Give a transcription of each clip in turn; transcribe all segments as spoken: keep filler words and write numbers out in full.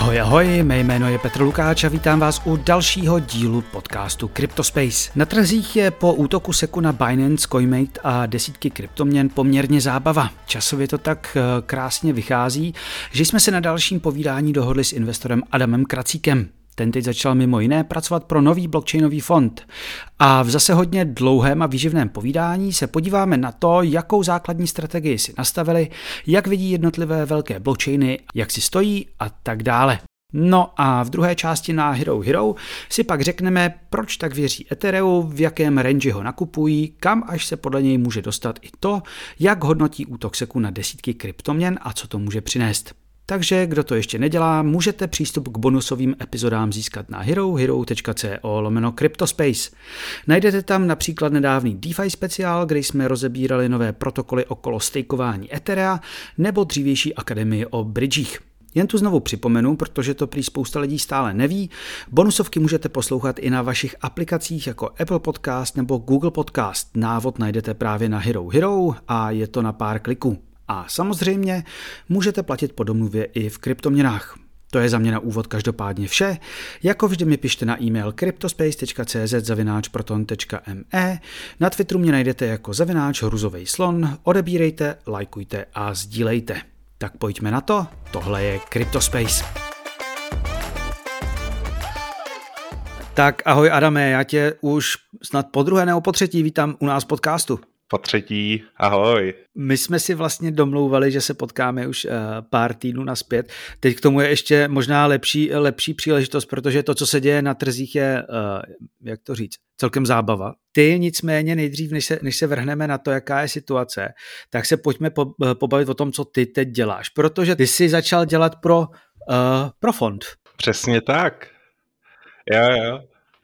Ahoj, ahoj, mé jméno je Petr Lukáč a vítám vás u dalšího dílu podcastu CryptoSpace. Na trzích je po útoku seku na Binance, Coinmate a desítky kryptoměn poměrně zábava. Časově to tak krásně vychází, že jsme se na dalším povídání dohodli s investorem Adamem Kracíkem. Ten teď začal mimo jiné pracovat pro nový blockchainový fond. A v zase hodně dlouhém a výživném povídání se podíváme na to, jakou základní strategii si nastavili, jak vidí jednotlivé velké blockchainy, jak si stojí a tak dále. No a v druhé části na Hero Hero si pak řekneme, proč tak věří Ethereum, v jakém range ho nakupují, kam až se podle něj může dostat i to, jak hodnotí útok seku na desítky kryptoměn a co to může přinést. Takže kdo to ještě nedělá, můžete přístup k bonusovým epizodám získat na herohero.co lomeno CryptoSpace. Najdete tam například nedávný DeFi speciál, kde jsme rozebírali nové protokoly okolo stakeování Etherea nebo dřívější akademii o bridgích. Jen tu znovu připomenu, protože to prý spousta lidí stále neví, bonusovky můžete poslouchat i na vašich aplikacích jako Apple Podcast nebo Google Podcast. Návod najdete právě na Hero Hero a je to na pár kliků. A samozřejmě můžete platit po domluvě i v kryptoměnách. To je za mě na úvod každopádně vše. Jako vždy mi pište na e-mail cryptospace.cz zavináč proton tečka me. Na Twitteru mě najdete jako zavináč hruzovej slon. Odebírejte, lajkujte a sdílejte. Tak pojďme na to. Tohle je CryptoSpace. Tak ahoj Adame, já tě už snad po druhé nebo po třetí vítám u nás v podcastu. Po třetí, ahoj. My jsme si vlastně domlouvali, že se potkáme už uh, pár týdnů nazpět. Teď k tomu je ještě možná lepší, lepší příležitost, protože to, co se děje na trzích, je, uh, jak to říct, celkem zábava. Ty nicméně nejdřív, než se, než se vrhneme na to, jaká je situace, tak se pojďme po, pobavit o tom, co ty teď děláš. Protože ty jsi začal dělat pro, uh, pro fond. Přesně tak. Jo, jo.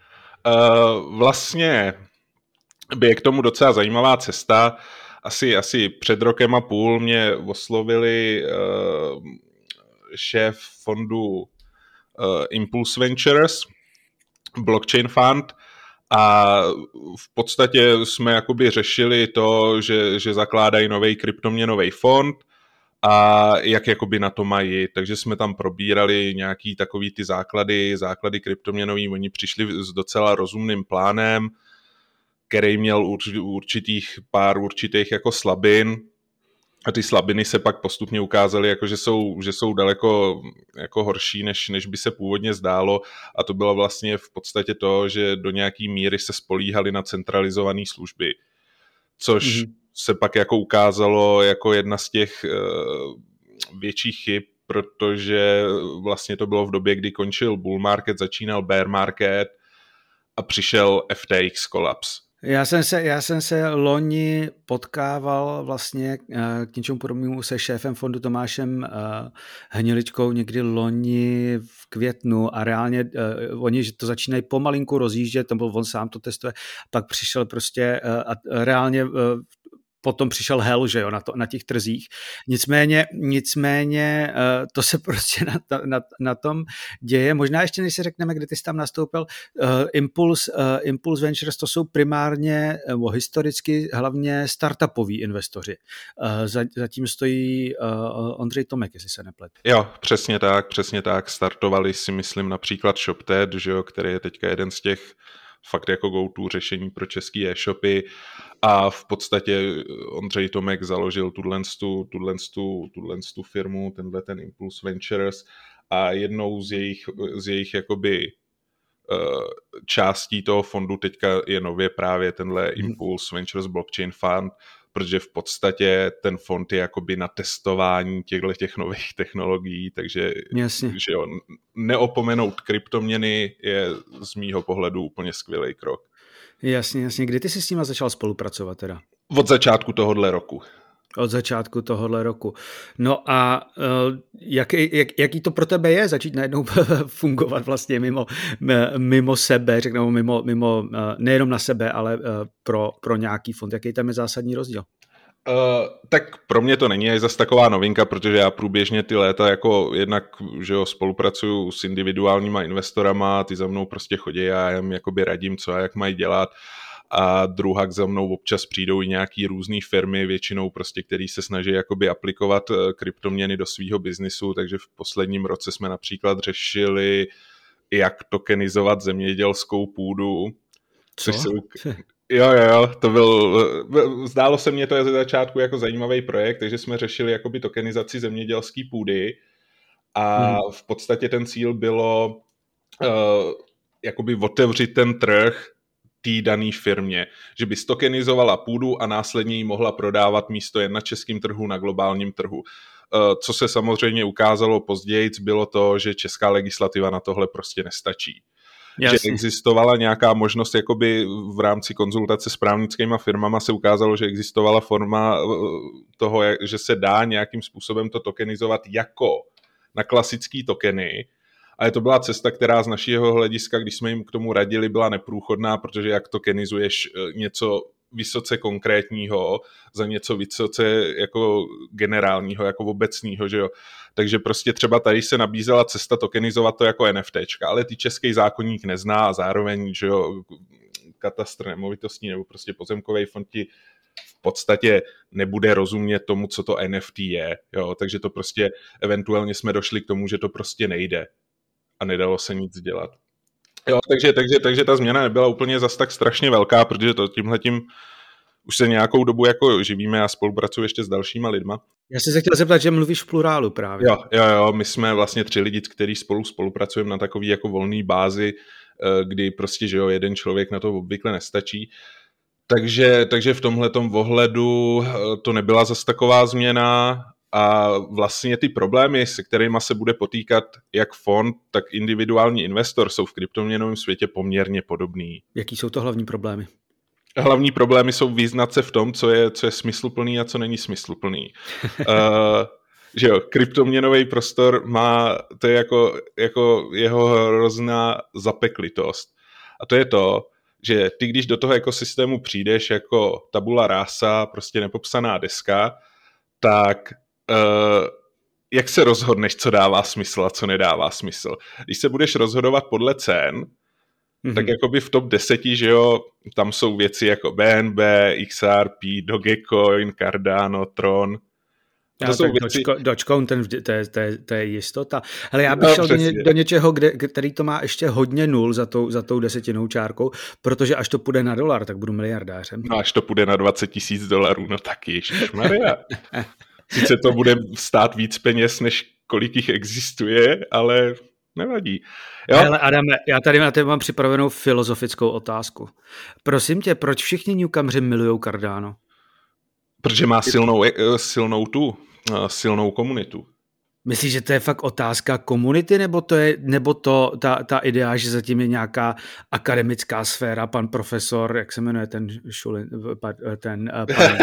Uh, vlastně... je k tomu docela zajímavá cesta. Asi, asi před rokem a půl mě oslovili uh, šéf fondu uh, Impulse Ventures, blockchain fund, a v podstatě jsme jakoby řešili to, že, že zakládají nový kryptoměnový fond a jak jakoby na to mají. Takže jsme tam probírali nějaký takový ty základy, základy kryptoměnový. Oni přišli s docela rozumným plánem, který měl určitých pár určitých jako slabin, a ty slabiny se pak postupně ukázaly, jako že jsou, že jsou daleko jako horší, než, než by se původně zdálo, a to bylo vlastně v podstatě to, že do nějaký míry se spolíhali na centralizované služby, což mm-hmm. se pak jako ukázalo jako jedna z těch uh, větších chyb, protože vlastně to bylo v době, kdy končil bull market, začínal bear market a přišel F T X kolaps. Já jsem se, já jsem se loni potkával vlastně k něčemu podobnému se šéfem fondu Tomášem Hniličkou někdy loni v květnu a reálně oni, že to začínají pomalinku rozjíždět, to byl on sám to testuje, pak přišel prostě a reálně potom přišel hell, že jo, na, to, na těch trzích. Nicméně, nicméně to se prostě na, na, na tom děje. Možná ještě, než si řekneme, kde ty jsi tam nastoupil, uh, Impulse, uh, Impulse Ventures, to jsou primárně, uh, historicky hlavně startupoví investoři. Uh, za, zatím stojí uh, Ondřej Tomek, jestli se nepletu. Jo, přesně tak, přesně tak. Startovali si, myslím, například ShopTed, že jo, který je teďka jeden z těch fakt jako go-to řešení pro český e-shopy, a v podstatě Ondřej Tomek založil tu firmu, tenhle ten Impulse Ventures, a jednou z jejich, z jejich jakoby částí toho fondu teďka je nově právě tenhle Impulse Ventures Blockchain Fund, protože v podstatě ten fond je jakoby na testování těchto těch nových technologií, takže že jo, neopomenout kryptoměny je z mýho pohledu úplně skvělý krok. Jasně, jasně. Kdy ty jsi s tím začal spolupracovat teda? Od začátku tohohle roku. Od začátku tohohle roku. No a uh, jak, jak, jaký to pro tebe je začít najednou fungovat vlastně mimo, mimo sebe, řekněme mimo, mimo uh, nejenom na sebe, ale uh, pro, pro nějaký fond. Jaký tam je zásadní rozdíl? Uh, tak pro mě to není zase taková novinka, protože já průběžně ty léta jako jednak, že jo, spolupracuju s individuálníma investorama, ty za mnou prostě chodí a já jim jakoby radím, co a jak mají dělat. a druhak za mnou občas přijdou i nějaký různý firmy, většinou prostě, který se snaží jakoby aplikovat kryptoměny do svýho biznisu, takže v posledním roce jsme například řešili, jak tokenizovat zemědělskou půdu. Co? Se... Jo, jo, jo, to byl, zdálo se mně to ze začátku jako zajímavý projekt, takže jsme řešili jakoby tokenizaci zemědělské půdy a hmm. v podstatě ten cíl bylo uh, jakoby otevřít ten trh té dané firmě, že by stokenizovala půdu a následně ji mohla prodávat místo jen na českém trhu, na globálním trhu. Uh, co se samozřejmě ukázalo později, bylo to, že česká legislativa na tohle prostě nestačí. Jasně. Že existovala nějaká možnost, jakoby v rámci konzultace s právnickýma firmama se ukázalo, že existovala forma toho, že se dá nějakým způsobem to tokenizovat jako na klasický tokeny, ale to byla cesta, která z našeho hlediska, když jsme jim k tomu radili, byla neprůchodná, protože jak tokenizuješ něco vysoce konkrétního za něco vysoce jako generálního, jako obecného, že jo. Takže prostě třeba tady se nabízela cesta tokenizovat to jako NFTčka, ale ty český zákonník nezná a zároveň, že jo, katastr nemovitostní nebo prostě pozemkový fond ti v podstatě nebude rozumět tomu, co to N F T je, jo. Takže to prostě eventuálně jsme došli k tomu, že to prostě nejde a nedalo se nic dělat. Jo, takže, takže, takže ta změna nebyla úplně zas tak strašně velká, protože to tímhletím už se nějakou dobu jako živíme a spolupracuji ještě s dalšíma lidma. Já jsem se chtěl zeptat, že mluvíš v plurálu právě. Jo, jo, jo, my jsme vlastně tři lidi, kteří spolu spolupracujeme na takový jako volný bázi, kdy prostě, že jo, jeden člověk na to obvykle nestačí. Takže, takže v tomhletom ohledu to nebyla zas taková změna a vlastně ty problémy, se kterými se bude potýkat jak fond, tak individuální investor, jsou v kryptoměnovém světě poměrně podobný. Jaký jsou to hlavní problémy? Hlavní problémy jsou vyznat se v tom, co je, co je smysluplný a co není smysluplný. uh, že jo, kryptoměnový prostor má, to je jako, jako jeho hrozná zapeklitost. A to je to, že ty, když do toho ekosystému přijdeš jako tabula rasa, prostě nepopsaná deska, tak uh, jak se rozhodneš, co dává smysl a co nedává smysl? Když se budeš rozhodovat podle cen, mm-hmm. tak jakoby v top deseti, že jo, tam jsou věci jako B N B, X R P, Dogecoin, Cardano, Tron. To já, jsou věci... Dogecoin, ten, to, je, to, je, to je jistota. Hele, já bych no, šel do, ně, do něčeho, kde, který to má ještě hodně nul za tou, za tou desetinou čárkou, protože až to půjde na dolar, tak budu miliardářem. No až to půjde na dvacet tisíc dolarů, no tak ježišmarja. Sice to bude stát víc peněz, než kolik jich existuje, ale nevadí. Jo? Hele Adame, já tady na tebe mám připravenou filozofickou otázku. Prosím tě, proč všichni newcomeři milujou Cardano? Protože má silnou, silnou tu, silnou komunitu. Myslíš, že to je fakt otázka komunity, nebo to je, nebo to, ta, ta idea, že zatím je nějaká akademická sféra, pan profesor, jak se jmenuje ten Šulin, ten pan,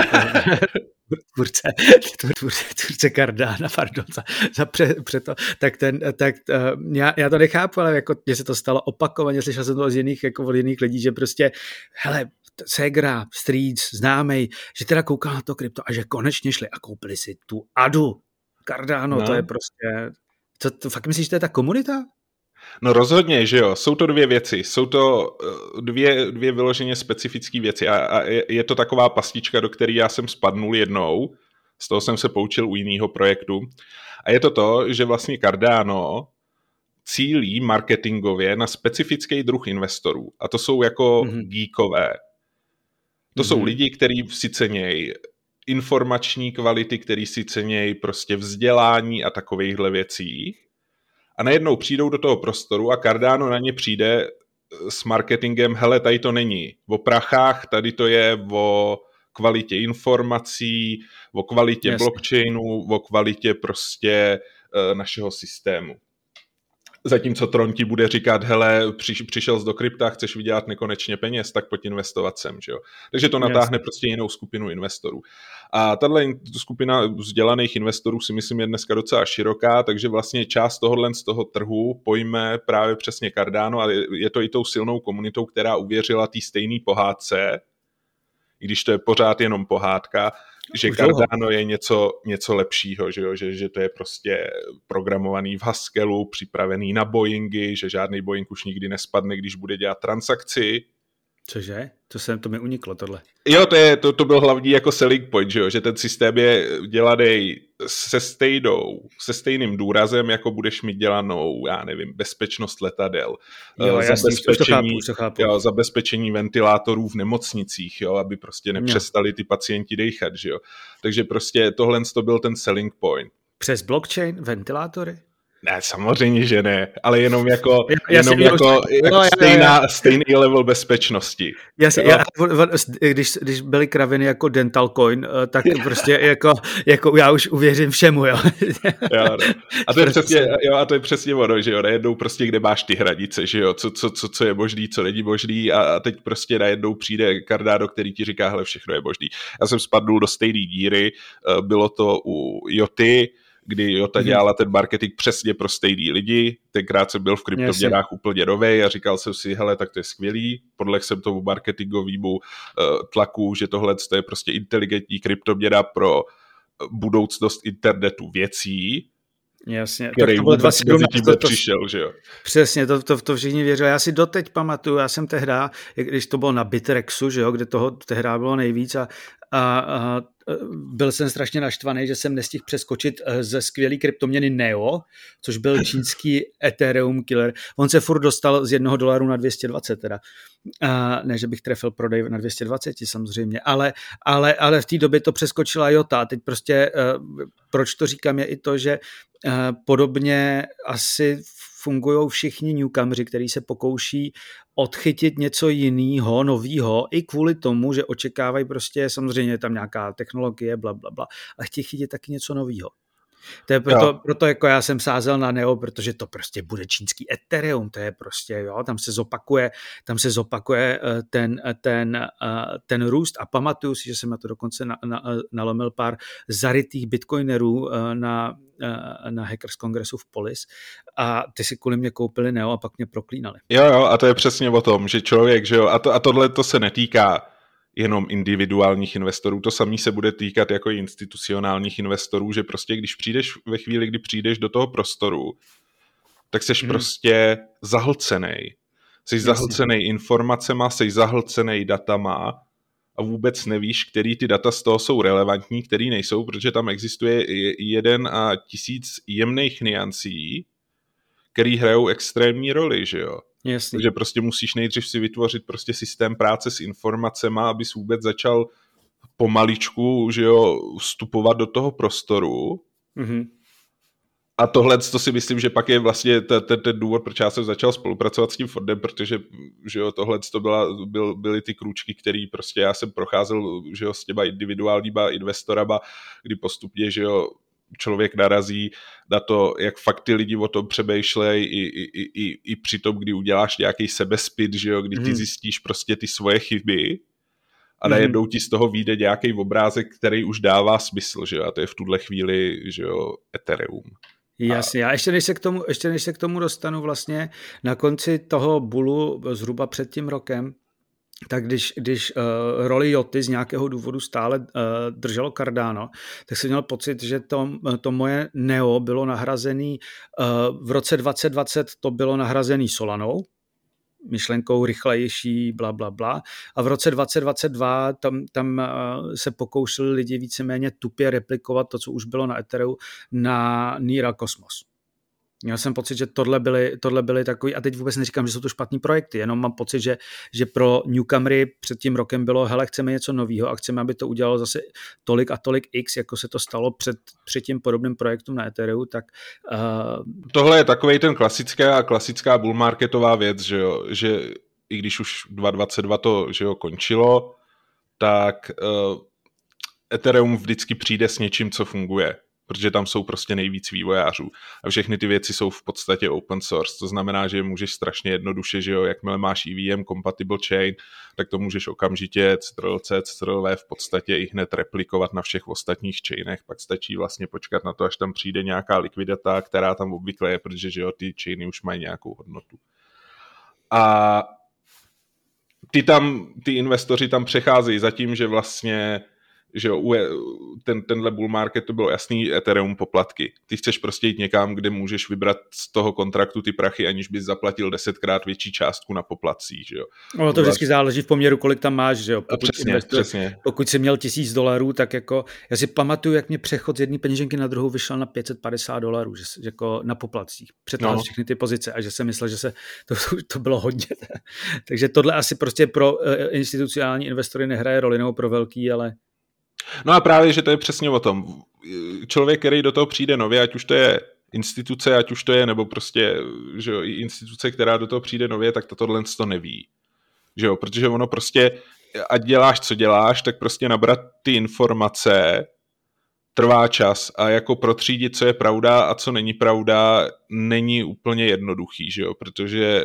tvůrce, tvůrce, tvůrce Cardana, pardon, za, za pře, přeto, tak ten, tak já, já to nechápu, ale jako mně se to stalo opakovaně, slyšel jsem to z jiných, jako od jiných lidí, že prostě, hele, Segra, Streets, známej, že teda koukal na to krypto a že konečně šli a koupili si tu Adu. Cardano, no. To je prostě... Co, to fakt myslíš, že to je ta komunita? No rozhodně, že jo. Jsou to dvě věci. Jsou to dvě, dvě vyloženě specifické věci a, a je to taková pastička, do které já jsem spadnul jednou. Z toho jsem se poučil u jiného projektu. A je to to, že vlastně Cardano cílí marketingově na specifický druh investorů. A to jsou jako mm-hmm. geekové. To mm-hmm. jsou lidi, kteří si cenějí informační kvality, který si cenějí prostě vzdělání a takovýchhle věcí. A najednou přijdou do toho prostoru a Cardano na ně přijde s marketingem, hele, tady to není o prachách, tady to je o kvalitě informací, o kvalitě Jasně. blockchainu, o kvalitě prostě uh, našeho systému. Zatímco Tron ti bude říkat, hele, přiš, přišel jsi do krypta, chceš vydělat nekonečně peněz, tak pojď investovat sem, že jo. Takže to natáhne yes. prostě jinou skupinu investorů. A tahle skupina vzdělaných investorů si myslím je dneska docela široká, takže vlastně část tohohle z toho trhu pojme právě přesně Cardano, ale je to i tou silnou komunitou, která uvěřila té stejné pohádce, i když to je pořád jenom pohádka, že Cardano je něco, něco lepšího, že, jo? Že, že to je prostě programovaný v Haskellu, připravený na Boeingy, že žádný Boeing už nikdy nespadne, když bude dělat transakci. Cože? To, jsem, to mi uniklo, tohle. Jo, to, je, to, to byl hlavní jako selling point, že, jo? Že ten systém je dělaný se stejnou, se stejným důrazem, jako budeš mít dělanou, já nevím, bezpečnost letadel, jo, zabezpečení, jasný, to chápu, to chápu. Jo, zabezpečení ventilátorů v nemocnicích, jo? Aby prostě nepřestali ty pacienti dejchat, že jo. Takže prostě tohle to byl ten selling point. Přes blockchain, ventilátory? Ne, samozřejmě, že ne, ale jenom jako, já, jenom já jako, už, jako no, stejná, já, já. stejný level bezpečnosti. Já si, já, když, když byly kraviny jako dental coin, tak prostě jako, jako já už uvěřím všemu, jo. jo no. A to je přesně, jo, a to je přesně ono, že jo, najednou prostě, kde máš ty hranice, že jo, co, co, co, co je možný, co není možný, a teď prostě najednou přijde Cardano, který ti říká, hele, všechno je možný. Já jsem spadnul do stejné díry, bylo to u Joty, kdy Jota dělala ten marketing přesně pro stejný lidi. Tenkrát jsem byl v kryptoměnách úplně novej a říkal jsem si, hele, tak to je skvělý. Podlehl jsem tomu marketingovému uh, tlaku, že tohle je prostě inteligentní kryptoměna pro budoucnost internetu věcí. Jasně, který tak to bylo mezi tím to, to, přišel, že jo. Přesně, to, to, to všichni věřili. Já si doteď pamatuju, já jsem tehda, když to bylo na Bitrexu, že jo, kde toho tehda bylo nejvíc a, a, a byl jsem strašně naštvaný, že jsem nestihl přeskočit ze skvělý kryptoměny Neo, což byl čínský Ethereum killer. On se furt dostal z jednoho dolaru na dvě stě dvacet teda. A ne, že bych trefil prodej na dvě stě dvacet samozřejmě, ale, ale, ale v té době to přeskočila Jota. A teď prostě, proč to říkám, je i to, že podobně asi fungují všichni newcomeři, kteří se pokouší odchytit něco jiného, novýho, i kvůli tomu, že očekávají prostě, samozřejmě tam nějaká technologie, bla, bla, bla, a chtějí chytit taky něco novýho. To je proto, proto jako já jsem sázel na Neo, protože to prostě bude čínský Ethereum, to je prostě, jo, tam se zopakuje, tam se zopakuje ten, ten, ten růst a pamatuju si, že jsem na to dokonce na, na, nalomil pár zarytých bitcoinerů na, na Hackers Kongresu v Polis a ty si kvůli mě koupili Neo a pak mě proklínali. Jo, jo, a to je přesně o tom, že člověk, že jo, a, to, a tohle to se netýká jenom individuálních investorů, to samý se bude týkat jako institucionálních investorů, že prostě když přijdeš ve chvíli, kdy přijdeš do toho prostoru, tak seš hmm. prostě zahlcenej. Jsi zahlcenej informacema, jsi zahlcenej datama a vůbec nevíš, který ty data z toho jsou relevantní, který nejsou, protože tam existuje jeden a tisíc jemných niancí, který hrajou extrémní roli, že jo. Jasný. Takže prostě musíš nejdřív si vytvořit prostě systém práce s informacema, abys vůbec začal pomaličku, že jo, vstupovat do toho prostoru. Mm-hmm. A tohle, to si myslím, že pak je vlastně ten, ten důvod, proč já jsem začal spolupracovat s tím fondem, protože, že jo, tohle to byla, byl, byly ty krůčky, který prostě já jsem procházel, že jo, s těma individuálníma investorama, kdy postupně, že jo, člověk narazí na to, jak fakt ty lidi o tom přemýšlej i, i, i, i při tom, kdy uděláš nějaký sebespit, že jo, kdy ty zjistíš prostě ty svoje chyby a najednou ti z toho vyjde nějaký obrázek, který už dává smysl, že jo, a to je v tuhle chvíli, že jo, Ethereum. Jasně, já ještě než se k tomu, ještě než se k tomu dostanu vlastně na konci toho bulu zhruba před tím rokem, tak když, když uh, roli Joty z nějakého důvodu stále uh, drželo Cardano, tak jsem měl pocit, že to, to moje Neo bylo nahrazený, uh, v roce dvacet dvacet to bylo nahrazený Solanou, myšlenkou rychlejší, bla, bla, bla. A v roce dvacet dvacet dva tam, tam uh, se pokoušeli lidi víceméně tupě replikovat to, co už bylo na Ethereum, na Near Cosmos. Měl jsem pocit, že tohle byly, tohle byly takový, a teď vůbec neříkám, že jsou to špatný projekty, jenom mám pocit, že, že pro newcomery před tím rokem bylo, hele, chceme něco nového a chceme, aby to udělalo zase tolik a tolik X, jako se to stalo před, před tím podobným projektům na Ethereum, tak... Uh... Tohle je takovej ten klasická a klasická bull marketová věc, že jo, že i když už dva tisíce dvacet dva to, že jo, končilo, tak uh, Ethereum vždycky přijde s něčím, co funguje, protože tam jsou prostě nejvíc vývojářů a všechny ty věci jsou v podstatě open source, to znamená, že můžeš strašně jednoduše, že jo, jakmile máš E V M compatible chain, tak to můžeš okamžitě C T R L C, C T R L V v podstatě i hned replikovat na všech ostatních chainech, pak stačí vlastně počkat na to, až tam přijde nějaká likvidita, která tam obvykle je, protože že jo, ty chainy už mají nějakou hodnotu. A ty tam, ty investoři tam přecházejí za tím, že vlastně že jo, ten, tenhle bull market to bylo jasný, Ethereum poplatky. Ty chceš prostě jít někam, kde můžeš vybrat z toho kontraktu ty prachy, aniž bys zaplatil desetkrát větší částku na poplatcích, že jo. Ono to, to vždycky záleží v poměru, kolik tam máš, že jo. Pokud, přesně, přesně. pokud jsi měl tisíc dolarů, tak jako, já si pamatuju, jak mě přechod z jedné peněženky na druhou vyšel na pět set padesát dolarů, že, jako na poplatcích. Přetáhl no. všechny ty pozice a že jsem myslel, že se to, to bylo hodně. Takže tohle asi prostě pro uh, institucionální investory nehraje roli, nebo pro velký, ale no a právě, že to je přesně o tom. Člověk, který do toho přijde nově, ať už to je instituce, ať už to je, nebo prostě, že jo, i instituce, která do toho přijde nově, tak to tohle to neví. Že jo, protože ono prostě, ať děláš, co děláš, tak prostě nabrat ty informace trvá čas a jako protřídit, co je pravda a co není pravda, není úplně jednoduchý, že jo, protože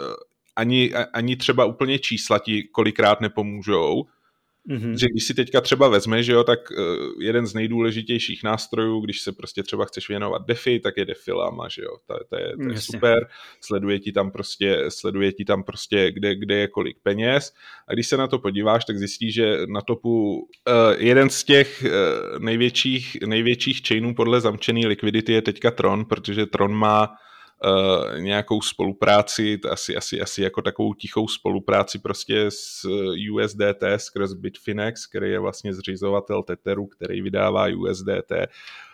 ani, ani třeba úplně čísla ti kolikrát nepomůžou. Mm-hmm. Že když si teďka třeba vezme, že jo, tak uh, jeden z nejdůležitějších nástrojů, když se prostě třeba chceš věnovat DeFi, tak je DeFi Lama, že jo, to, to je, to je super, sleduje ti tam prostě, sleduje ti tam prostě, kde, kde je kolik peněz a když se na to podíváš, tak zjistíš, že na topu uh, jeden z těch uh, největších, největších chainů podle zamčený likvidity je teďka Tron, protože Tron má Uh, nějakou spolupráci, asi, asi, asi jako takovou tichou spolupráci prostě s U S D T skrz Bitfinex, který je vlastně zřizovatel Tetheru, který vydává U S D T.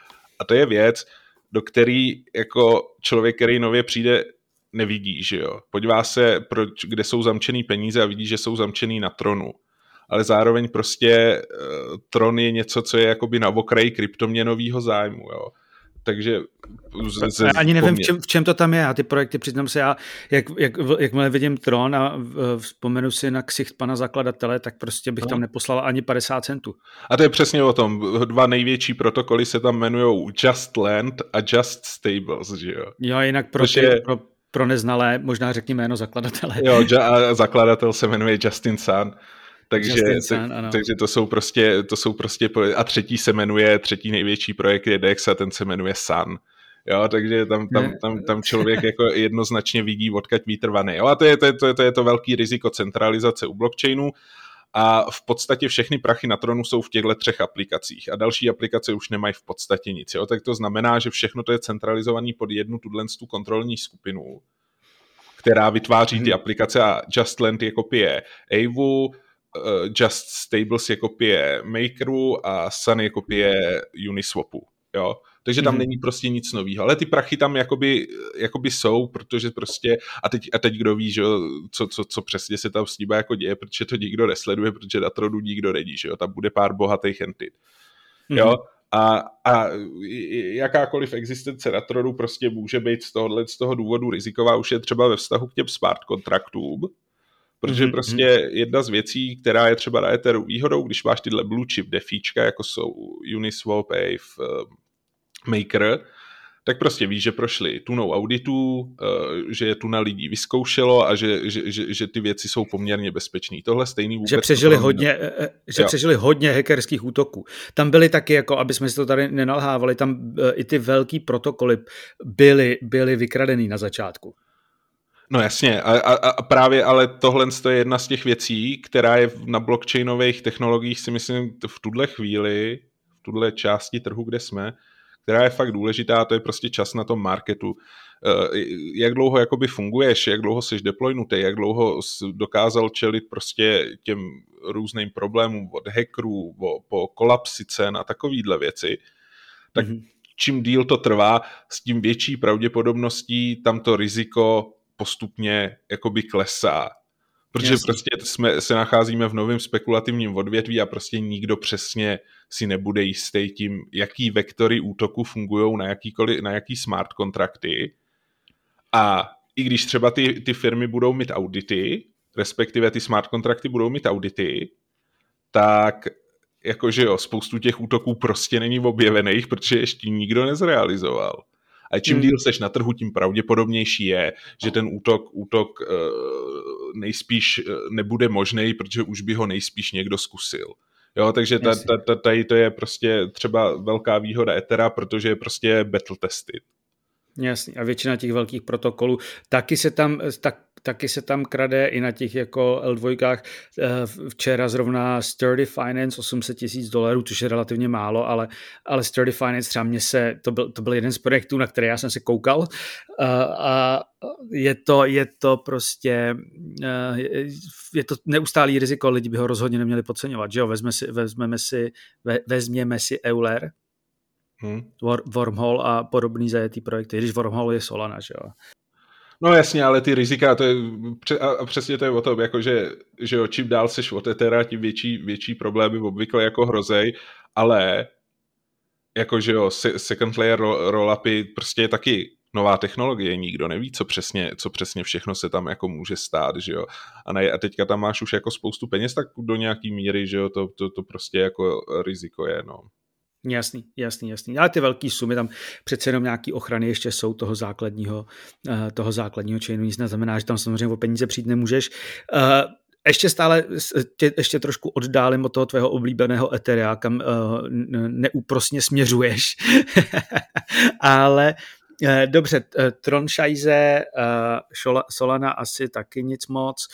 A to je věc, do který jako člověk, který nově přijde, nevidí, že jo. Podívá se, proč, kde jsou zamčený peníze a vidí, že jsou zamčený na Tronu. Ale zároveň prostě uh, Tron je něco, co je jakoby na okraji kryptoměnového zájmu, jo. Takže z, z, ani nevím, v čem, v čem to tam je. A ty projekty, přiznám se, já, jak, jak, jakmile vidím Tron a vzpomenu si na ksicht pana zakladatele, tak prostě bych no. tam neposlal ani padesát centů. A to je přesně o tom. Dva největší protokoly se tam jmenujou Just Land a Just Stables, že jo? Jo, jinak pro, ty, je... pro, pro neznalé, možná řekni jméno zakladatele. Jo, a zakladatel se jmenuje Justin Sun. Takže, Sun, takže to jsou prostě, to jsou prostě, a třetí se jmenuje, třetí největší projekt je Dex a ten se jmenuje Sun. Jo, takže tam, tam, tam, tam člověk jako jednoznačně vidí, odkud vítr vane. Jo, a to je to, to, to je to velký riziko centralizace u blockchainu a v podstatě všechny prachy na Tronu jsou v těchto třech aplikacích a další aplikace už nemají v podstatě nic. Jo, tak to znamená, že všechno to je centralizovaný pod jednu tu kontrolní skupinu, která vytváří ty aplikace a Just Land je kopie Aave, Just Stables je kopie Makeru a Sun je kopie Uniswapu, jo. Takže tam mm-hmm. není prostě nic nového, ale ty prachy tam jakoby, jakoby jsou, protože prostě, a teď, a teď kdo ví, že jo, co, co, co přesně se tam s tím jako děje, protože to nikdo nesleduje, protože na Tronu nikdo není, že jo, tam bude pár bohatých entit, jo. Mm-hmm. A, a jakákoliv existence na Tronu prostě může být z tohohle, z toho důvodu riziková, už je třeba ve vztahu k těm smart kontraktům, protože mm-hmm. prostě jedna z věcí, která je třeba na Etheru výhodou, když máš tyhle blue chip defíčka, jako jsou Uniswap, Aave, Maker, tak prostě víš, že prošli tunou auditů, že je tuna lidí vyzkoušelo a že, že, že, že ty věci jsou poměrně bezpečný. Tohle stejný vůbec... Že přežili hodně, že přežili hodně hackerských útoků. Tam byly taky, jako, aby jsme si to tady nenalhávali, tam i ty velký protokoly byly, byly vykradený na začátku. No jasně, a, a, a právě ale tohle je jedna z těch věcí, která je na blockchainových technologiích, si myslím, v tuhle chvíli, v tuhle části trhu, kde jsme, která je fakt důležitá, to je prostě čas na tom marketu. Jak dlouho jakoby funguješ, jak dlouho jsi deploynutý, jak dlouho jsi dokázal čelit prostě těm různým problémům od hackerů, po kolapsi cen a takovýhle věci, tak mm-hmm. čím díl to trvá, s tím větší pravděpodobností tam to riziko postupně jakoby klesá. Protože Jasně. prostě jsme, se nacházíme v novém spekulativním odvětví a prostě nikdo přesně si nebude jistý tím, jaký vektory útoku fungují na, na jaký smart kontrakty. A i když třeba ty, ty firmy budou mít audity, respektive ty smart kontrakty budou mít audity, tak jakože jo, spoustu těch útoků prostě není objevených, protože ještě nikdo nezrealizoval. A čím díl seš na trhu, tím pravděpodobnější je, že ten útok, útok nejspíš nebude možný, protože už by ho nejspíš někdo zkusil. Jo, takže ta, ta, ta, tady to je prostě třeba velká výhoda Ethera, protože je prostě battle tested. Jasný. A většina těch velkých protokolů, taky se tam, tak, taky se tam krade i na těch jako el dva. Včera zrovna Sturdy Finance osm set tisíc dolarů, což je relativně málo, ale, ale Sturdy Finance třeba mě se, to byl, to byl jeden z projektů, na který já jsem se koukal a je to, je to prostě je to neustálý riziko, lidi by ho rozhodně neměli podceňovat, že jo, vezme si, vezmeme si, ve, vezměme si Euler, Hmm. Wormhole a podobný zajetý projekty, když Wormhole je Solana, že jo? No jasně, ale ty rizika, to je, a přesně to je o tom, jako že, že jo, čím dál seš od Ethera, tím větší, větší problémy obvykle jako hrozej, ale jako, že jo, second layer roll-upy prostě je taky nová technologie, nikdo neví, co přesně, co přesně všechno se tam jako může stát, že jo. A, ne, a teďka tam máš už jako spoustu peněz, tak do nějaký míry, že jo, to, to, to prostě jako riziko je, no. Jasný, jasný, jasný. Ale ty velký sumy tam přece jenom nějaký ochrany ještě jsou toho základního, toho základního chainu. Nic neznamená, že tam samozřejmě o peníze přijít nemůžeš. Ještě stále tě, ještě trošku oddálím od toho tvého oblíbeného Etherea, kam neúprosně směřuješ. Ale dobře, Tronshise, Solana asi taky nic moc.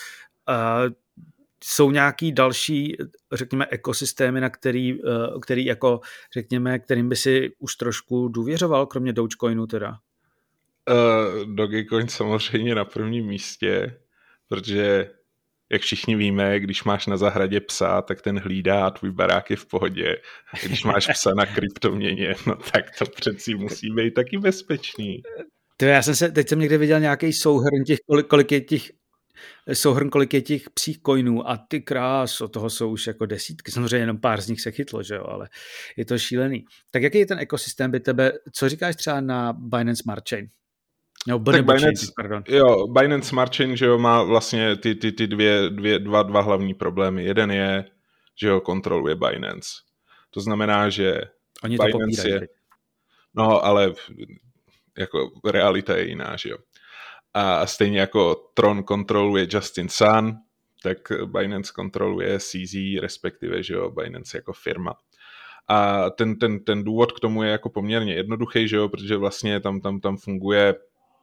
Jsou nějaký další, řekněme, ekosystémy, na který, který jako, řekněme, kterým by si už trošku důvěřoval, kromě Dogecoinu teda? Uh, Dogecoin samozřejmě na prvním místě, protože, jak všichni víme, když máš na zahradě psa, tak ten hlídá a tvůj barák je v pohodě. A když máš psa na kryptoměně, no tak to přeci musí být taky bezpečný. To já jsem se, teď jsem někde viděl nějaký souhrn těch, kolik, kolik je těch souhrn, kolik je těch psích coinů a ty kráso, toho jsou už jako desítky, samozřejmě jenom pár z nich se chytlo, že jo, ale je to šílený. Tak jaký je ten ekosystém by tebe, co říkáš třeba na Binance Smart Chain? No, Binance, chain, pardon. Jo, Binance Smart Chain, že jo, má vlastně ty, ty, ty dvě, dvě, dva, dva hlavní problémy. Jeden je, že ho kontroluje Binance. To znamená, že Oni Binance to popírají. je, no, ale jako realita je jiná, že jo. A stejně jako Tron kontroluje Justin Sun, tak Binance kontroluje C Z, respektive, že jo, Binance jako firma. A ten, ten, ten důvod k tomu je jako poměrně jednoduchý, že jo, protože vlastně tam, tam, tam funguje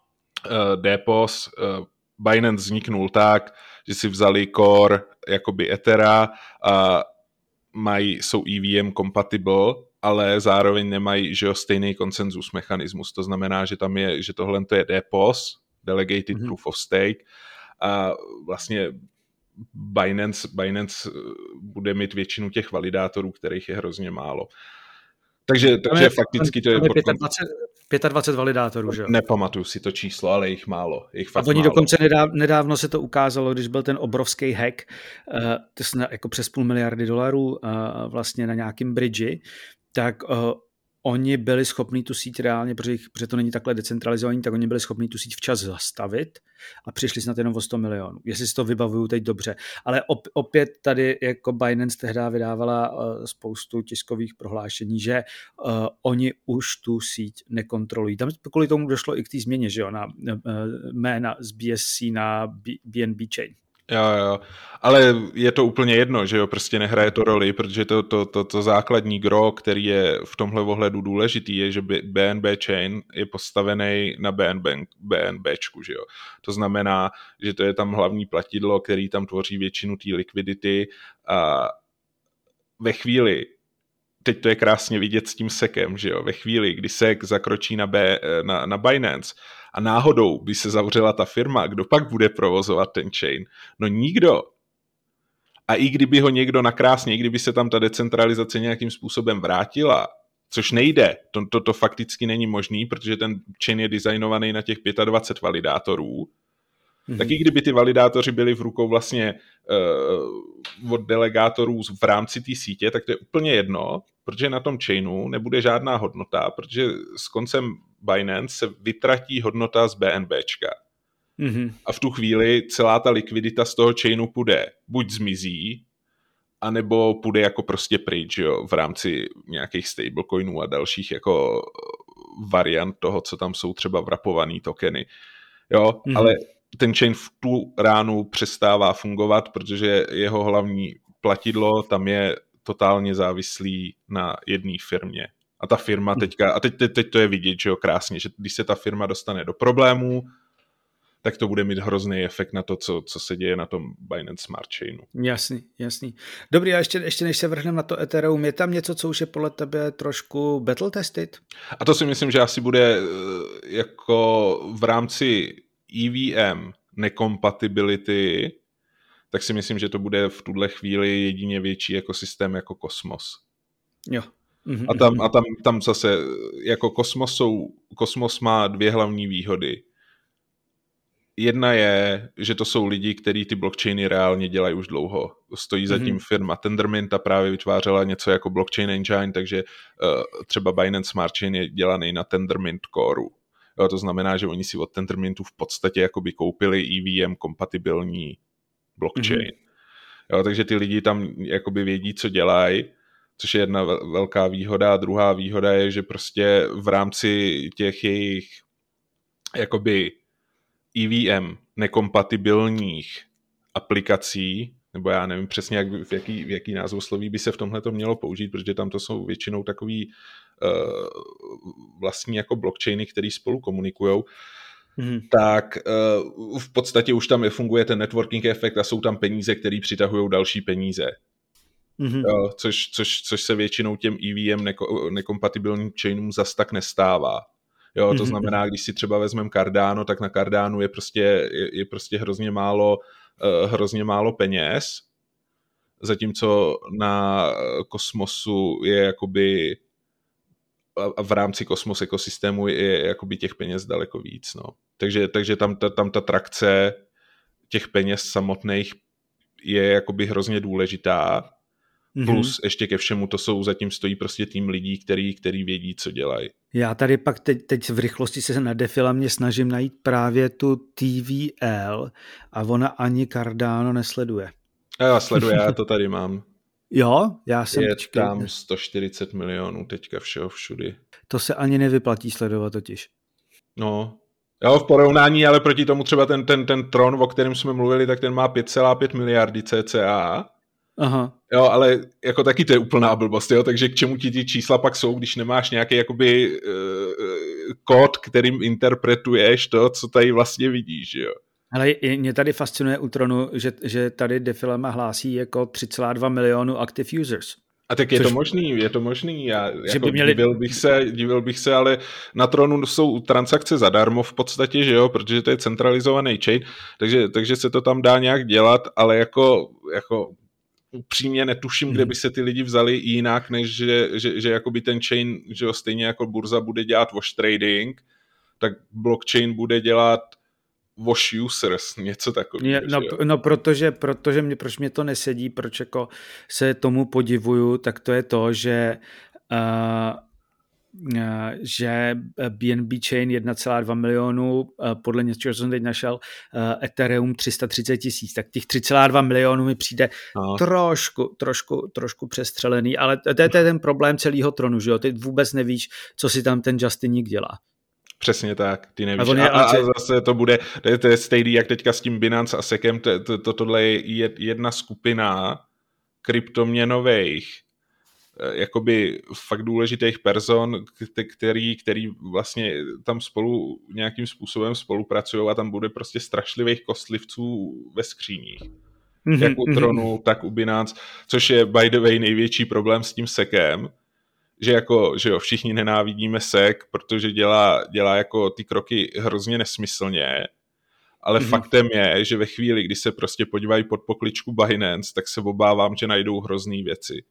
uh, D P O S. Uh, Binance vzniknul tak, že si vzali core jakoby Ethera a mají, jsou E V M compatible, ale zároveň nemají, že jo, stejný konsenzus mechanismus. To znamená, že tam je, že tohle to je D P O S, Delegated mm-hmm. Proof of Stake, a vlastně Binance, Binance bude mít většinu těch validátorů, kterých je hrozně málo. Takže, takže je, fakticky to je... dvacet pět validátorů, že jo? Nepamatuju si to číslo, ale jich málo. Jich fakt a oni málo. Dokonce nedáv, nedávno se to ukázalo, když byl ten obrovský hack, uh, to jsme jako přes půl miliardy dolarů uh, vlastně na nějakým bridži, tak uh, oni byli schopni tu síť reálně, protože, jich, protože to není takhle decentralizovaný, tak oni byli schopni tu síť včas zastavit a přišli snad jenom o sto milionů. Jestli si to vybavuju teď dobře. Ale op, opět tady jako Binance tehdy vydávala uh, spoustu tiskových prohlášení, že uh, oni už tu síť nekontrolují. Tam kvůli tomu došlo i k té změně, že jo, na uh, jména z B S C na B N B Chain. Jo, jo, ale je to úplně jedno, že jo, prostě nehraje to roli, protože to, to, to, to základní gro, který je v tomhle ohledu důležitý, je, že B N B Chain je postavený na BNBčku, že jo. To znamená, že to je tam hlavní platidlo, který tam tvoří většinu té likvidity a ve chvíli, teď to je krásně vidět s tím sekem, že jo, ve chvíli, kdy sek zakročí na, B, na, na Binance a náhodou by se zavřela ta firma, kdo pak bude provozovat ten chain? No nikdo. A i kdyby ho někdo nakrásně, i kdyby se tam ta decentralizace nějakým způsobem vrátila, což nejde, to, to, to fakticky není možný, protože ten chain je designovaný na těch dvacet pět validátorů, mm-hmm. tak i kdyby ty validátoři byli v rukou vlastně uh, od delegátorů v rámci té sítě, tak to je úplně jedno, protože na tom chainu nebude žádná hodnota, protože s koncem Binance se vytratí hodnota z BNBčka. Mm-hmm. A v tu chvíli celá ta likvidita z toho chainu půjde, buď zmizí, anebo půjde jako prostě pryč, jo, v rámci nějakých stablecoinů a dalších jako variant toho, co tam jsou třeba wrapovaný tokeny. Jo, mm-hmm. ale ten chain v tu ránu přestává fungovat, protože jeho hlavní platidlo tam je totálně závislý na jedné firmě. A ta firma teďka, a teď, teď, teď to je vidět, že jo, krásně, že když se ta firma dostane do problémů, tak to bude mít hrozný efekt na to, co, co se děje na tom Binance Smart Chainu. Jasný, jasný. Dobrý, a ještě, ještě než se vrhneme na to Ethereum, je tam něco, co už je podle tebe trošku battle tested? A to si myslím, že asi bude jako v rámci E V M nekompatibility, tak si myslím, že to bude v tuhle chvíli jedině větší ekosystém jako Kosmos. Jo. Mm-hmm. A tam, a tam, tam zase jako Kosmos, jsou, Kosmos má dvě hlavní výhody. Jedna je, že to jsou lidi, kteří ty blockchainy reálně dělají už dlouho. Stojí za tím mm-hmm. firma Tendermint a právě vytvářela něco jako blockchain engine, takže uh, třeba Binance Smart Chain je dělaný na Tendermint Core. Jo, to znamená, že oni si od Tendermintu v podstatě jakoby koupili E V M kompatibilní blockchain. Mm-hmm. Jo, takže ty lidi tam jakoby vědí, co dělají, což je jedna velká výhoda. A druhá výhoda je, že prostě v rámci těch jejich jakoby E V M nekompatibilních aplikací, nebo já nevím přesně, jak, v, jaký, v jaký názvosloví by se v tomhle to mělo použít, protože tam to jsou většinou takový uh, vlastní jako blockchainy, který spolu komunikujou, mm. tak uh, v podstatě už tam funguje ten networking efekt a jsou tam peníze, které přitahují další peníze. Mm-hmm. Uh, což, což, což se většinou těm E V M neko, nekompatibilním chainům zas tak nestává. Jo, to znamená, když si třeba vezmeme Cardano, tak na Cardano je prostě, je, je prostě hrozně málo, uh, hrozně málo peněz, zatímco na Kosmosu je jakoby a v rámci Kosmos ekosystému je jakoby těch peněz daleko víc, no. Takže, takže tam, ta, tam ta trakce těch peněz samotných je jakoby hrozně důležitá, plus mm-hmm. ještě ke všemu to jsou, zatím stojí prostě tým lidí, který, který vědí, co dělají. Já tady pak teď, teď v rychlosti se na Defilamě snažím najít právě tu T V L a ona ani Cardano nesleduje. Já sleduje, já to tady mám. Jo? Já jsem... Je počkej, tam sto čtyřicet milionů teďka všeho všudy. To se ani nevyplatí sledovat totiž. No, jo, v porovnání, ale proti tomu třeba ten, ten, ten Tron, o kterém jsme mluvili, tak ten má pět celá pět miliardy cca. Aha. Jo, ale jako taky to je úplná blbost, jo, takže k čemu ti ty čísla pak jsou, když nemáš nějaký jakoby uh, kód, kterým interpretuješ to, co tady vlastně vidíš, jo. Ale mě tady fascinuje u Tronu, že, že tady Defilama hlásí jako tři celá dva milionu active users. A tak je Což... to možný, je to možný, já že jako by měli... divil, bych se, divil bych se, ale na Tronu jsou transakce zadarmo v podstatě, že jo, protože to je centralizovaný chain, takže, takže se to tam dá nějak dělat, ale jako, jako upřímně netuším, hmm. kde by se ty lidi vzali jinak, než že, že, že jakoby ten chain, že jo, stejně jako burza bude dělat wash trading, tak blockchain bude dělat wash users, něco takového. No, no protože, protože mě, proč mě to nesedí, proč jako se tomu podivuju, tak to je to, že uh, uh, že B N B chain jedna celá dva milionu, uh, podle něčeho, co jsem teď našel, uh, Ethereum tři sta třicet tisíc, tak těch tři celá dva milionu mi přijde no. trošku, trošku, trošku přestřelený, ale to, to je ten problém celého Tronu, že jo, ty vůbec nevíš, co si tam ten Justiník dělá. Přesně tak, ty nevíš. A, a, a zase to bude, to je, to je stejný, jak teďka s tím Binance a Sekem, to, to, to, tohle je jedna skupina kryptoměnových jakoby fakt důležitých person, který, který vlastně tam spolu nějakým způsobem spolupracují a tam bude prostě strašlivých kostlivců ve skříních. Mm-hmm, jak u Tronu, mm-hmm. tak u Binance, což je by the way největší problém s tím Sekem, že jako, že jo, všichni nenávidíme S E C, protože dělá, dělá jako ty kroky hrozně nesmyslně, ale mm-hmm. faktem je, že ve chvíli, kdy se prostě podívají pod pokličku Binance, tak se obávám, že najdou hrozný věci.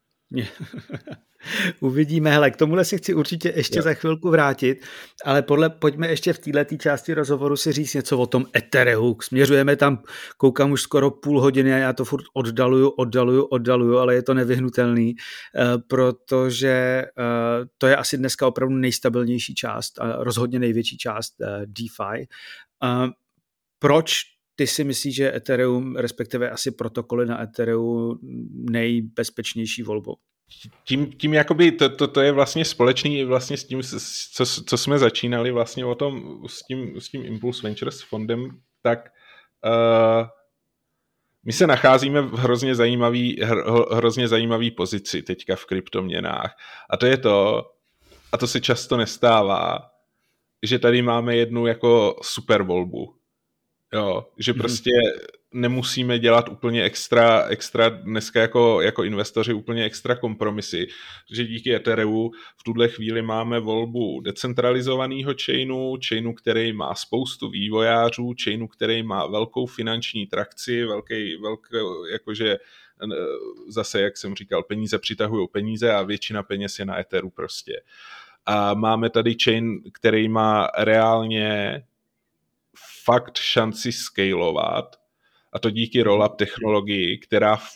Uvidíme, hele, k tomuhle si chci určitě ještě jo. za chvilku vrátit, ale podle, pojďme ještě v této části rozhovoru si říct něco o tom Ethereum. Směřujeme tam, koukám už skoro půl hodiny a já to furt oddaluju, oddaluju, oddaluju, ale je to nevyhnutelný, protože to je asi dneska opravdu nejstabilnější část a rozhodně největší část DeFi. Proč ty si myslíš, že Ethereum, respektive asi protokoly na Ethereum nejbezpečnější volbou? Tím, tím jakoby to, to, to je vlastně společný vlastně s tím, co, co jsme začínali vlastně o tom, s tím, s tím Impulse Ventures fondem, tak uh, my se nacházíme v hrozně zajímavý, hro, hrozně zajímavý pozici teďka v kryptoměnách. A to je to, a to se často nestává, že tady máme jednu jako super volbu. Jo, že prostě nemusíme dělat úplně extra, extra dneska jako, jako investoři úplně extra kompromisy, že díky Ethereu v tuhle chvíli máme volbu decentralizovaného chainu, chainu, který má spoustu vývojářů, chainu, který má velkou finanční trakci, velký, velký, jakože zase, jak jsem říkal, peníze přitahují peníze a většina peněz je na Etheru prostě. A máme tady chain, který má reálně fakt šanci scalovat, a to díky roll-up technologii, která v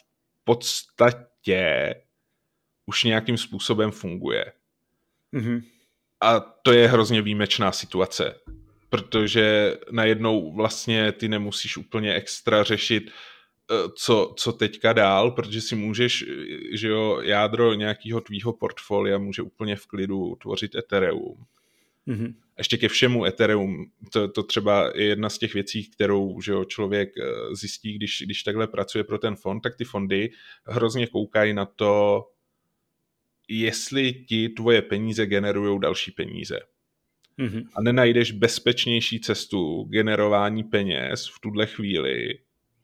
podstatě už nějakým způsobem funguje. Mm-hmm. A to je hrozně výjimečná situace, protože najednou vlastně ty nemusíš úplně extra řešit, co, co teďka dál, protože si můžeš, že jo, jádro nějakého tvýho portfolia může úplně v klidu tvořit Ethereum. Mm-hmm. Ještě ke všemu Ethereum, to, to třeba je jedna z těch věcí, kterou, že jo, člověk zjistí, když, když takhle pracuje pro ten fond, tak ty fondy hrozně koukají na to, jestli ti tvoje peníze generují další peníze. Mm-hmm. A nenajdeš bezpečnější cestu generování peněz v tuhle chvíli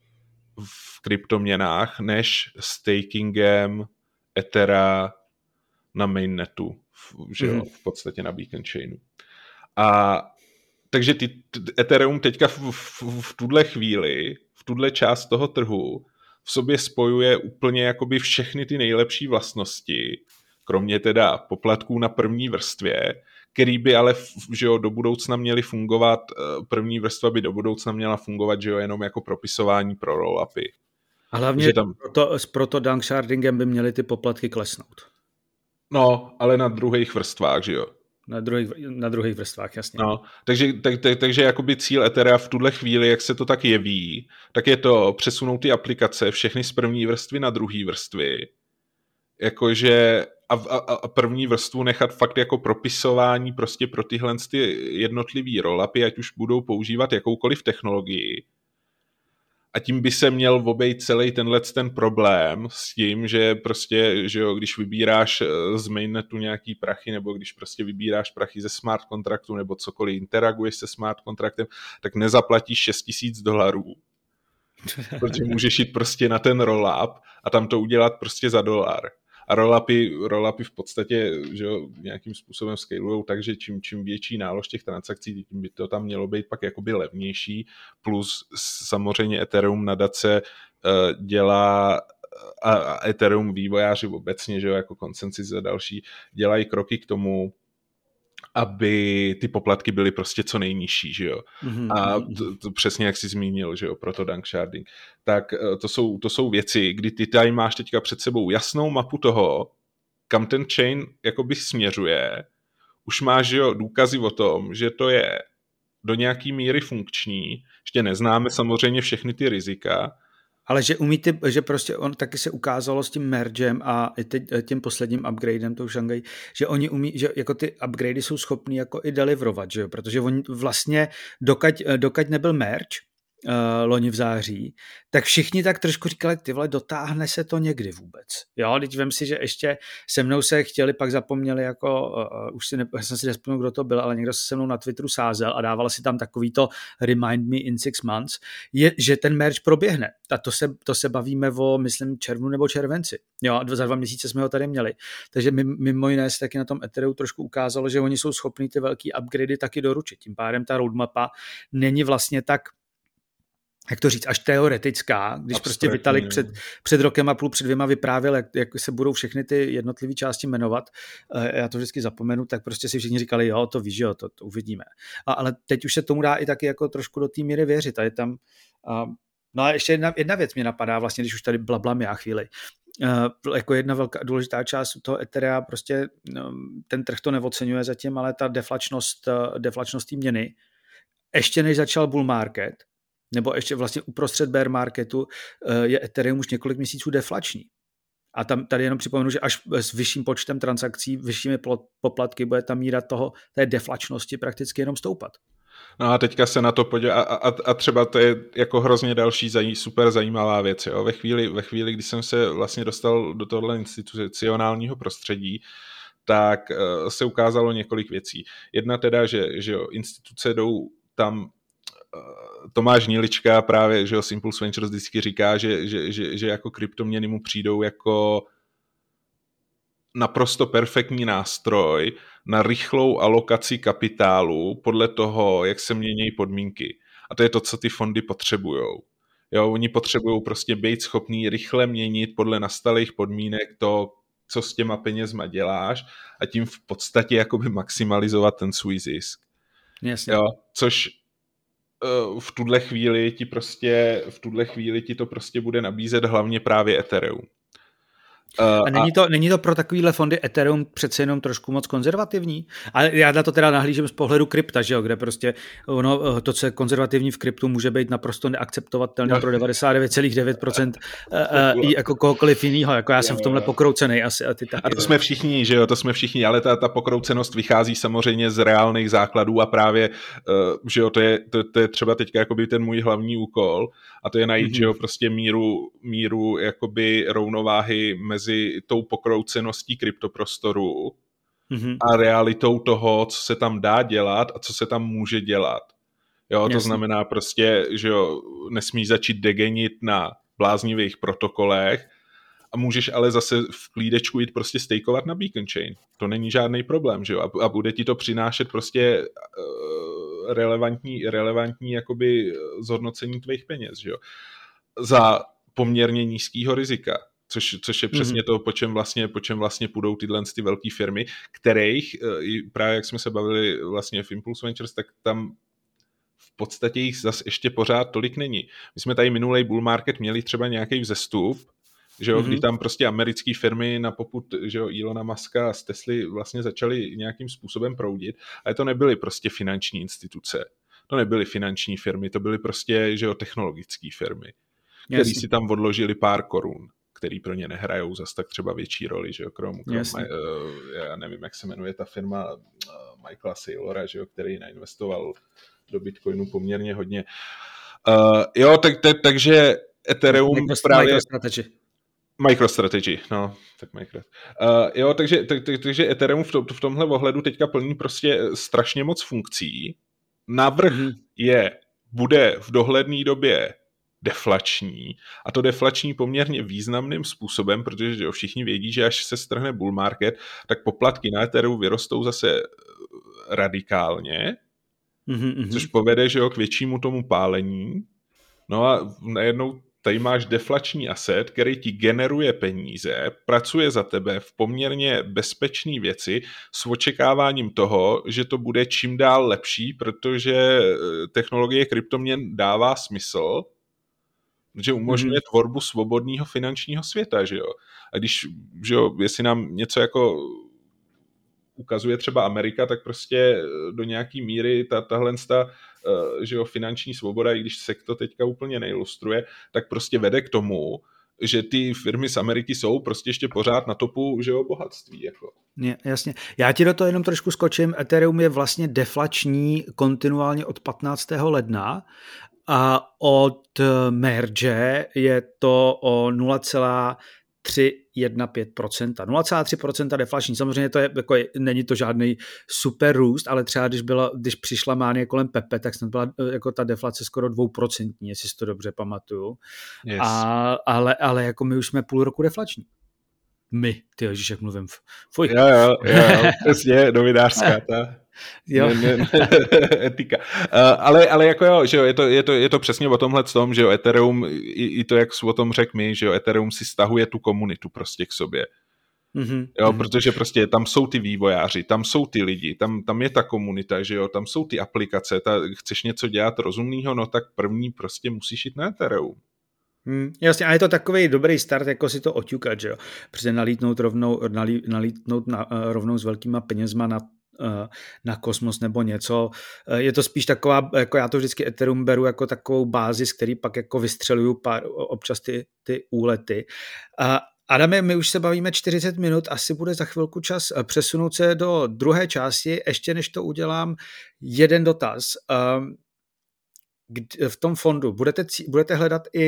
v kryptoměnách, než stakingem Ethera na mainnetu, že jo, mm-hmm. v podstatě na beacon chainu. A takže ty, t, Ethereum teďka v, v, v tuhle chvíli, v tuhle část toho trhu v sobě spojuje úplně jakoby všechny ty nejlepší vlastnosti, kromě teda poplatků na první vrstvě, který by ale, že jo, do budoucna měly fungovat, první vrstva by do budoucna měla fungovat, že jo, jenom jako propisování pro roll-upy. A hlavně tam... proto, s proto dankshardingem by měly ty poplatky klesnout. No, ale na druhých vrstvách, že jo. Na druhých, na druhých vrstvách, jasně. No, takže, tak, tak, takže jakoby cíl Ethera v tuhle chvíli, jak se to tak jeví, tak je to přesunout ty aplikace všechny z první vrstvy na druhý vrstvy. Jakože a, a, a první vrstvu nechat fakt jako propisování prostě pro tyhle ty jednotlivý roll-upy, ať už budou používat jakoukoliv technologii. A tím by se měl obejít celý tenhle ten problém s tím, že prostě, že jo, když vybíráš z mainnetu nějaký prachy, nebo když prostě vybíráš prachy ze smart kontraktu, nebo cokoliv interaguješ se smart kontraktem, tak nezaplatíš šest tisíc dolarů. Protože můžeš jít prostě na ten roll-up a tam to udělat prostě za dolar. A roll-upy, roll-upy v podstatě, že jo, nějakým způsobem scalujou, takže čím, čím větší nálož těch transakcí, tím by to tam mělo být pak jakoby levnější, plus samozřejmě Ethereum nadace uh, dělá a, a Ethereum vývojáři obecně, že jo, jako Consensus a další, dělají kroky k tomu, aby ty poplatky byly prostě co nejnižší, že jo. Mm-hmm. A to, to přesně jak jsi zmínil, že jo, proto danksharding. Tak to jsou, to jsou věci, kdy ty tady máš teďka před sebou jasnou mapu toho, kam ten chain jakoby směřuje. Už máš, že jo, důkazy o tom, že to je do nějaký míry funkční. Ještě neznáme samozřejmě všechny ty rizika. Ale že umí ty, že prostě on taky se ukázalo s tím mergem a i teď, tím posledním upgradem tou Šangaj, že oni umí, že jako ty upgradey jsou schopní jako i deliverovat, že jo, protože oni vlastně dokud, dokud nebyl merge uh, loni v září, tak všichni tak trošku říkali, ty vole, dotáhne se to někdy vůbec. Jo, teď vem si, že ještě se mnou se chtěli, pak zapomněli jako, uh, už si ne, jsem si nespomněl, kdo to byl, ale někdo se se mnou na Twitteru sázel a dával si tam takový to remind me in six months, je, že ten merge proběhne. A to se, to se bavíme o, myslím, červnu nebo červenci. Jo, a za dva měsíce jsme ho tady měli. Takže mimo jiné se taky na tom Ethereu trošku ukázalo, že oni jsou schopní ty velký upgradey taky doručit. Tím pádem ta roadmapa není vlastně tak, jak to říct, až teoretická, když abstraktní, prostě Vitalik před, před rokem a půl, před dvěma vyprávěl, jak, jak se budou všechny ty jednotlivé části jmenovat, já to vždycky zapomenu, tak prostě si všichni říkali, jo, to víš, jo, to, to uvidíme. A, ale teď už se tomu dá i taky jako trošku do té míry věřit. A je tam, a, no a ještě jedna, jedna věc mě napadá, vlastně, když už tady blablam já chvíli. Uh, jako jedna velká důležitá část toho Etherea, prostě no, ten trh to neoceňuje zatím, ale ta deflačnost, uh, deflačnost té měny, ještě než začal bull market, nebo ještě vlastně uprostřed bear marketu, je Ethereum už několik měsíců deflační. A tam, tady jenom připomenu, že až s vyšším počtem transakcí, vyššími poplatky bude ta míra toho, té deflačnosti prakticky jenom stoupat. No a teďka se na to podívá a, a, a třeba to je jako hrozně další zaj, super zajímavá věc. Jo? Ve chvíli, ve chvíli, kdy jsem se vlastně dostal do tohle institucionálního prostředí, tak se ukázalo několik věcí. Jedna teda, že, že jo, instituce jdou tam, Tomáš Hnilička právě, že jo, z Impulse Ventures vždycky říká, že, že, že, že jako kryptoměny mu přijdou jako naprosto perfektní nástroj na rychlou alokaci kapitálu podle toho, jak se mění podmínky. A to je to, co ty fondy potřebujou. Jo, oni potřebují prostě být schopní rychle měnit podle nastalých podmínek to, co s těma penězma děláš a tím v podstatě jakoby maximalizovat ten svůj zisk. Jasně. Jo, což uh, v tuhle chvíli ti prostě, v tuhle chvíli ti to prostě bude nabízet hlavně právě Ethereum. Uh, a není to, není to pro takovýhle fondy Ethereum přece jenom trošku moc konzervativní? Ale já na to teda nahlížím z pohledu krypta, že jo, kde prostě ono, to, co je konzervativní v kryptu, může být naprosto neakceptovatelné pro devadesát devět celá devět procent uh, i jako kohokoliv jinýho, jako já jsem v tomhle pokroucenej asi. A, ty taky, a to jsme všichni, že jo, to jsme všichni, ale ta, ta pokroucenost vychází samozřejmě z reálných základů a právě, uh, že jo, to je, to, to je třeba teďka jakoby ten můj hlavní úkol a to je najít, mm-hmm. že jo, prostě míru, míru jakoby rovnováhy mezi mezi tou pokrouceností kryptoprostoru mm-hmm. a realitou toho, co se tam dá dělat a co se tam může dělat. Jo, to Jasně. znamená prostě, že jo, nesmíš začít degenit na bláznivých protokolech a můžeš ale zase v klídečku jít prostě stejkovat na Beacon Chain. To není žádný problém, že jo, a, a bude ti to přinášet prostě uh, relevantní, relevantní jakoby zhodnocení tvých peněz, že jo, za poměrně nízkého rizika. Což, což je přesně mm-hmm. to, po čem vlastně, po čem vlastně půjdou tyhle ty velké firmy, kterých, právě jak jsme se bavili vlastně v Impulse Ventures, tak tam v podstatě jich zase ještě pořád tolik není. My jsme tady minulej bull market měli třeba nějaký vzestup, že jo, mm-hmm. kdy tam prostě americké firmy na popud, že jo, Elona Muska z Tesly vlastně začaly nějakým způsobem proudit, ale to nebyly prostě finanční instituce, to nebyly finanční firmy, to byly prostě, že jo, technologické firmy, které si tam odložili pár korun, který pro ně nehrajou zas tak třeba větší roli, že jo, krom, krom uh, já nevím, jak se jmenuje ta firma uh, Michaela Saylora, že jo, který nainvestoval do Bitcoinu poměrně hodně. Uh, jo, tak, tak, takže Ethereum Microst- právě... MicroStrategy. MicroStrategy, no, tak Micro. Uh, jo, takže, tak, tak, takže Ethereum v, to, v tomhle ohledu teďka plní prostě strašně moc funkcí. Navrch mm-hmm. je, bude v dohledné době deflační a to deflační poměrně významným způsobem, protože že jo, všichni vědí, že až se strhne bull market, tak poplatky na Ethereum vyrostou zase radikálně, mm-hmm. což povede, že jo, k většímu tomu pálení. No a najednou tady máš deflační asset, který ti generuje peníze, pracuje za tebe v poměrně bezpečné věci s očekáváním toho, že to bude čím dál lepší, protože technologie kryptoměn dává smysl, že umožňuje mm. tvorbu svobodného finančního světa, že jo. A když, že jo, jestli nám něco jako ukazuje třeba Amerika, tak prostě do nějaký míry ta, tahle ta, že jo, finanční svoboda, i když se to teďka úplně nejlustruje, tak prostě vede k tomu, že ty firmy z Ameriky jsou prostě ještě pořád na topu, že jo, bohatství, jako. Je, jasně. Já ti do toho jenom trošku skočím. Ethereum je vlastně deflační kontinuálně od patnáctého ledna a od merge je to o nula celá tři jedna pět procenta. nula celá tři procenta deflační. Samozřejmě to je, jako, není to žádný super růst, ale třeba když, byla, když přišla mánie kolem Pepe, tak snad byla jako ta deflace skoro dvouprocentní, jestli si to dobře pamatuju. Yes. A, ale, ale jako my už jsme půl roku deflační. My, ty ježiš, jak mluvím. Fuj. Jo, jo, jo, přesně, novinářská ta. Jo. Ne, ne, etika. Uh, ale, ale jako jo, že jo, je to, je to, je to přesně o tomhle tom, že jo, Ethereum, i, i to, jak jsi o tom řekl mi, že jo, Ethereum si stahuje tu komunitu prostě k sobě. Mm-hmm. Jo, mm-hmm. protože prostě tam jsou ty vývojáři, tam jsou ty lidi, tam, tam je ta komunita, že jo, tam jsou ty aplikace, ta, chceš něco dělat rozumného, no tak první prostě musíš jít na Ethereum. Hmm, jasně, a je to takový dobrý start, jako si to oťukat, že jo, protože nalítnout rovnou, nalí, nalítnout na, rovnou s velkýma penězma na na Kosmos nebo něco. Je to spíš taková, jako já to vždycky Ethereum beru jako takovou bázi, z který pak jako vystřeluju pár, občas ty, ty úlety. A Adame, my už se bavíme čtyřicet minut, asi bude za chvilku čas přesunout se do druhé části. Ještě než to udělám, jeden dotaz. V tom fondu budete, budete hledat i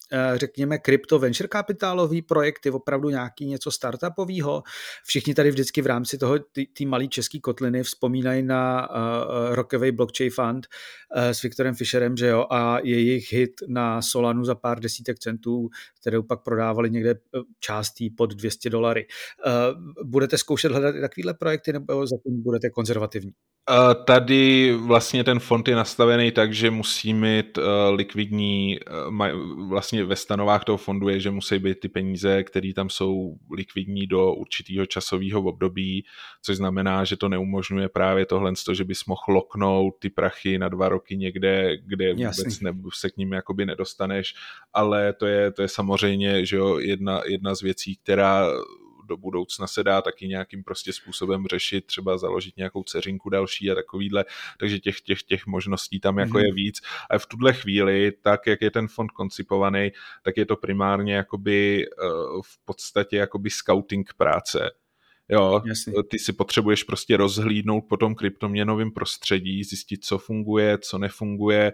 řekněme, krypto venture kapitálový projekty, opravdu nějaký něco startupového. Všichni tady vždycky v rámci toho té malé české kotliny vzpomínají na uh, Rockefeller Blockchain Fund uh, s Viktorem Fischerem, že jo, a jejich hit na Solanu za pár desítek centů, kterou pak prodávali někde částí pod dvě stě dolary. Uh, budete zkoušet hledat takovýhle projekty, nebo zatím budete konzervativní? Uh, tady vlastně ten fond je nastavený tak, že musí mít uh, likvidní, uh, maj, vlastně ve stanovách toho fondu je, že musí být ty peníze, které tam jsou likvidní do určitého časového období, což znamená, že to neumožňuje právě tohle, že bys mohl loknout ty prachy na dva roky někde, kde vůbec ne, se k ním jakoby nedostaneš, ale to je, to je samozřejmě, že jo, jedna, jedna z věcí, která do budoucna se dá taky nějakým prostě způsobem řešit, třeba založit nějakou dceřinku další a takovýhle, takže těch, těch, těch možností tam jako mm-hmm. je víc. A v tuhle chvíli, tak jak je ten fond koncipovaný, tak je to primárně jakoby v podstatě jakoby scouting práce. Jo, Jasně. Ty si potřebuješ prostě rozhlídnout po tom kryptoměnovém prostředí, zjistit, co funguje, co nefunguje,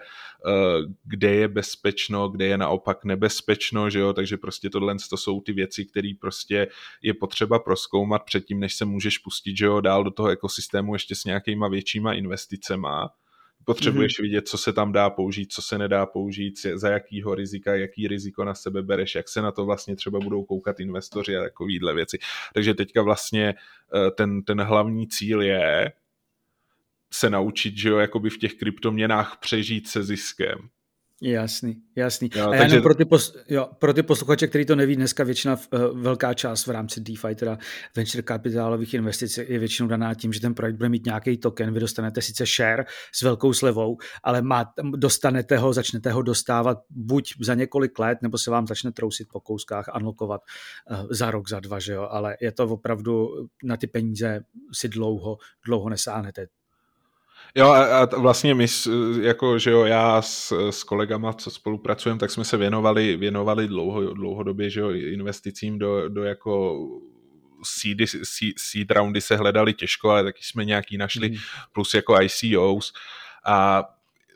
kde je bezpečno, kde je naopak nebezpečno, že jo, takže prostě tohle to jsou ty věci, které prostě je potřeba prozkoumat předtím, než se můžeš pustit, že jo, dál do toho ekosystému ještě s nějakýma většíma investicema. Potřebuješ mm-hmm. vidět, co se tam dá použít, co se nedá použít, za jakýho rizika, jaký riziko na sebe bereš, jak se na to vlastně třeba budou koukat investoři a takovýhle věci. Takže teďka vlastně ten, ten hlavní cíl je se naučit, že jo, jakoby v těch kryptoměnách přežít se ziskem. Jasný, jasný. Jo, a takže... jenom pro ty, pos, jo, pro ty posluchače, který to neví, dneska většina, uh, velká část v rámci DeFi, teda venture kapitálových investic je většinou daná tím, že ten projekt bude mít nějaký token, vy dostanete sice share s velkou slevou, ale má, dostanete ho, začnete ho dostávat buď za několik let, nebo se vám začne trousit po kouskách, unlockovat uh, za rok, za dva, že jo, ale je to opravdu, na ty peníze si dlouho, dlouho nesáhnete. Jo a vlastně my, jako, že jo, já s, s kolegama, co spolupracujeme, tak jsme se věnovali, věnovali dlouho, dlouhodobě, že jo, investicím do, do jako seed, seed roundy se hledali těžko, ale taky jsme nějaký našli, mm. plus jako I C Os a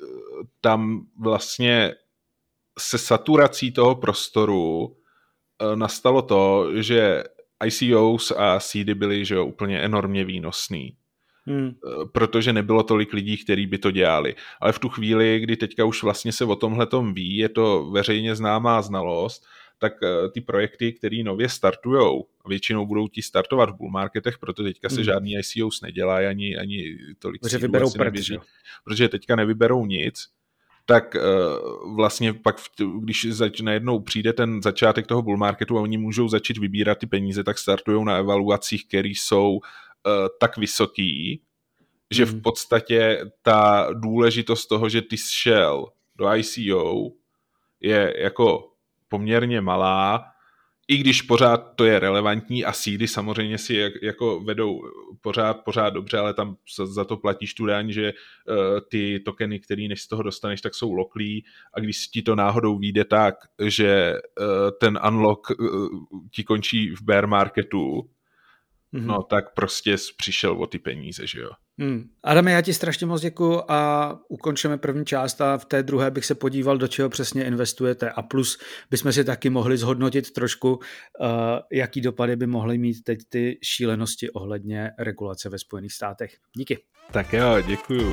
tam vlastně se saturací toho prostoru nastalo to, že I C Os a seedy byly, že jo, úplně enormně výnosný. Hmm. Protože nebylo tolik lidí, kteří by to dělali. Ale v tu chvíli, kdy teďka už vlastně se o tomhletom ví, je to veřejně známá znalost, tak ty projekty, který nově startujou, většinou budou ti startovat v bull marketech, proto teďka se hmm. žádný I C Os nedělají, ani, ani tolik protože vyberou prd, protože teďka nevyberou nic, tak uh, vlastně pak, když zač- najednou přijde ten začátek toho bull marketu a oni můžou začít vybírat ty peníze, tak startujou na evaluacích, které jsou uh, tak vysoký, že v podstatě ta důležitost toho, že ty jsi šel do I C O, je jako poměrně malá, i když pořád to je relevantní a seedy samozřejmě si jak, jako vedou pořád, pořád dobře, ale tam za to platíš tu daň, že uh, ty tokeny, který než z toho dostaneš, tak jsou loklí a když ti to náhodou vyjde tak, že uh, ten unlock uh, ti končí v bear marketu, mm-hmm. no tak prostě jsi přišel o ty peníze, že jo. Hmm. Adame, já ti strašně moc děkuju a ukončíme první část a v té druhé bych se podíval, do čeho přesně investujete a plus bychom si taky mohli zhodnotit trošku, uh, jaký dopady by mohly mít teď ty šílenosti ohledně regulace ve Spojených státech. Díky. Tak jo, děkuju.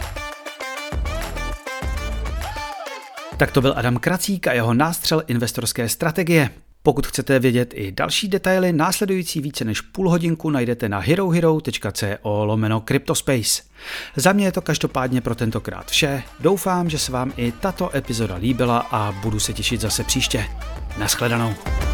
Tak to byl Adam Kracík a jeho nástřel investorské strategie. Pokud chcete vědět i další detaily, následující více než půl hodinku najdete na herohero.co lomeno Cryptospace. Za mě je to každopádně pro tentokrát vše. Doufám, že se vám i tato epizoda líbila a budu se těšit zase příště. Naschledanou.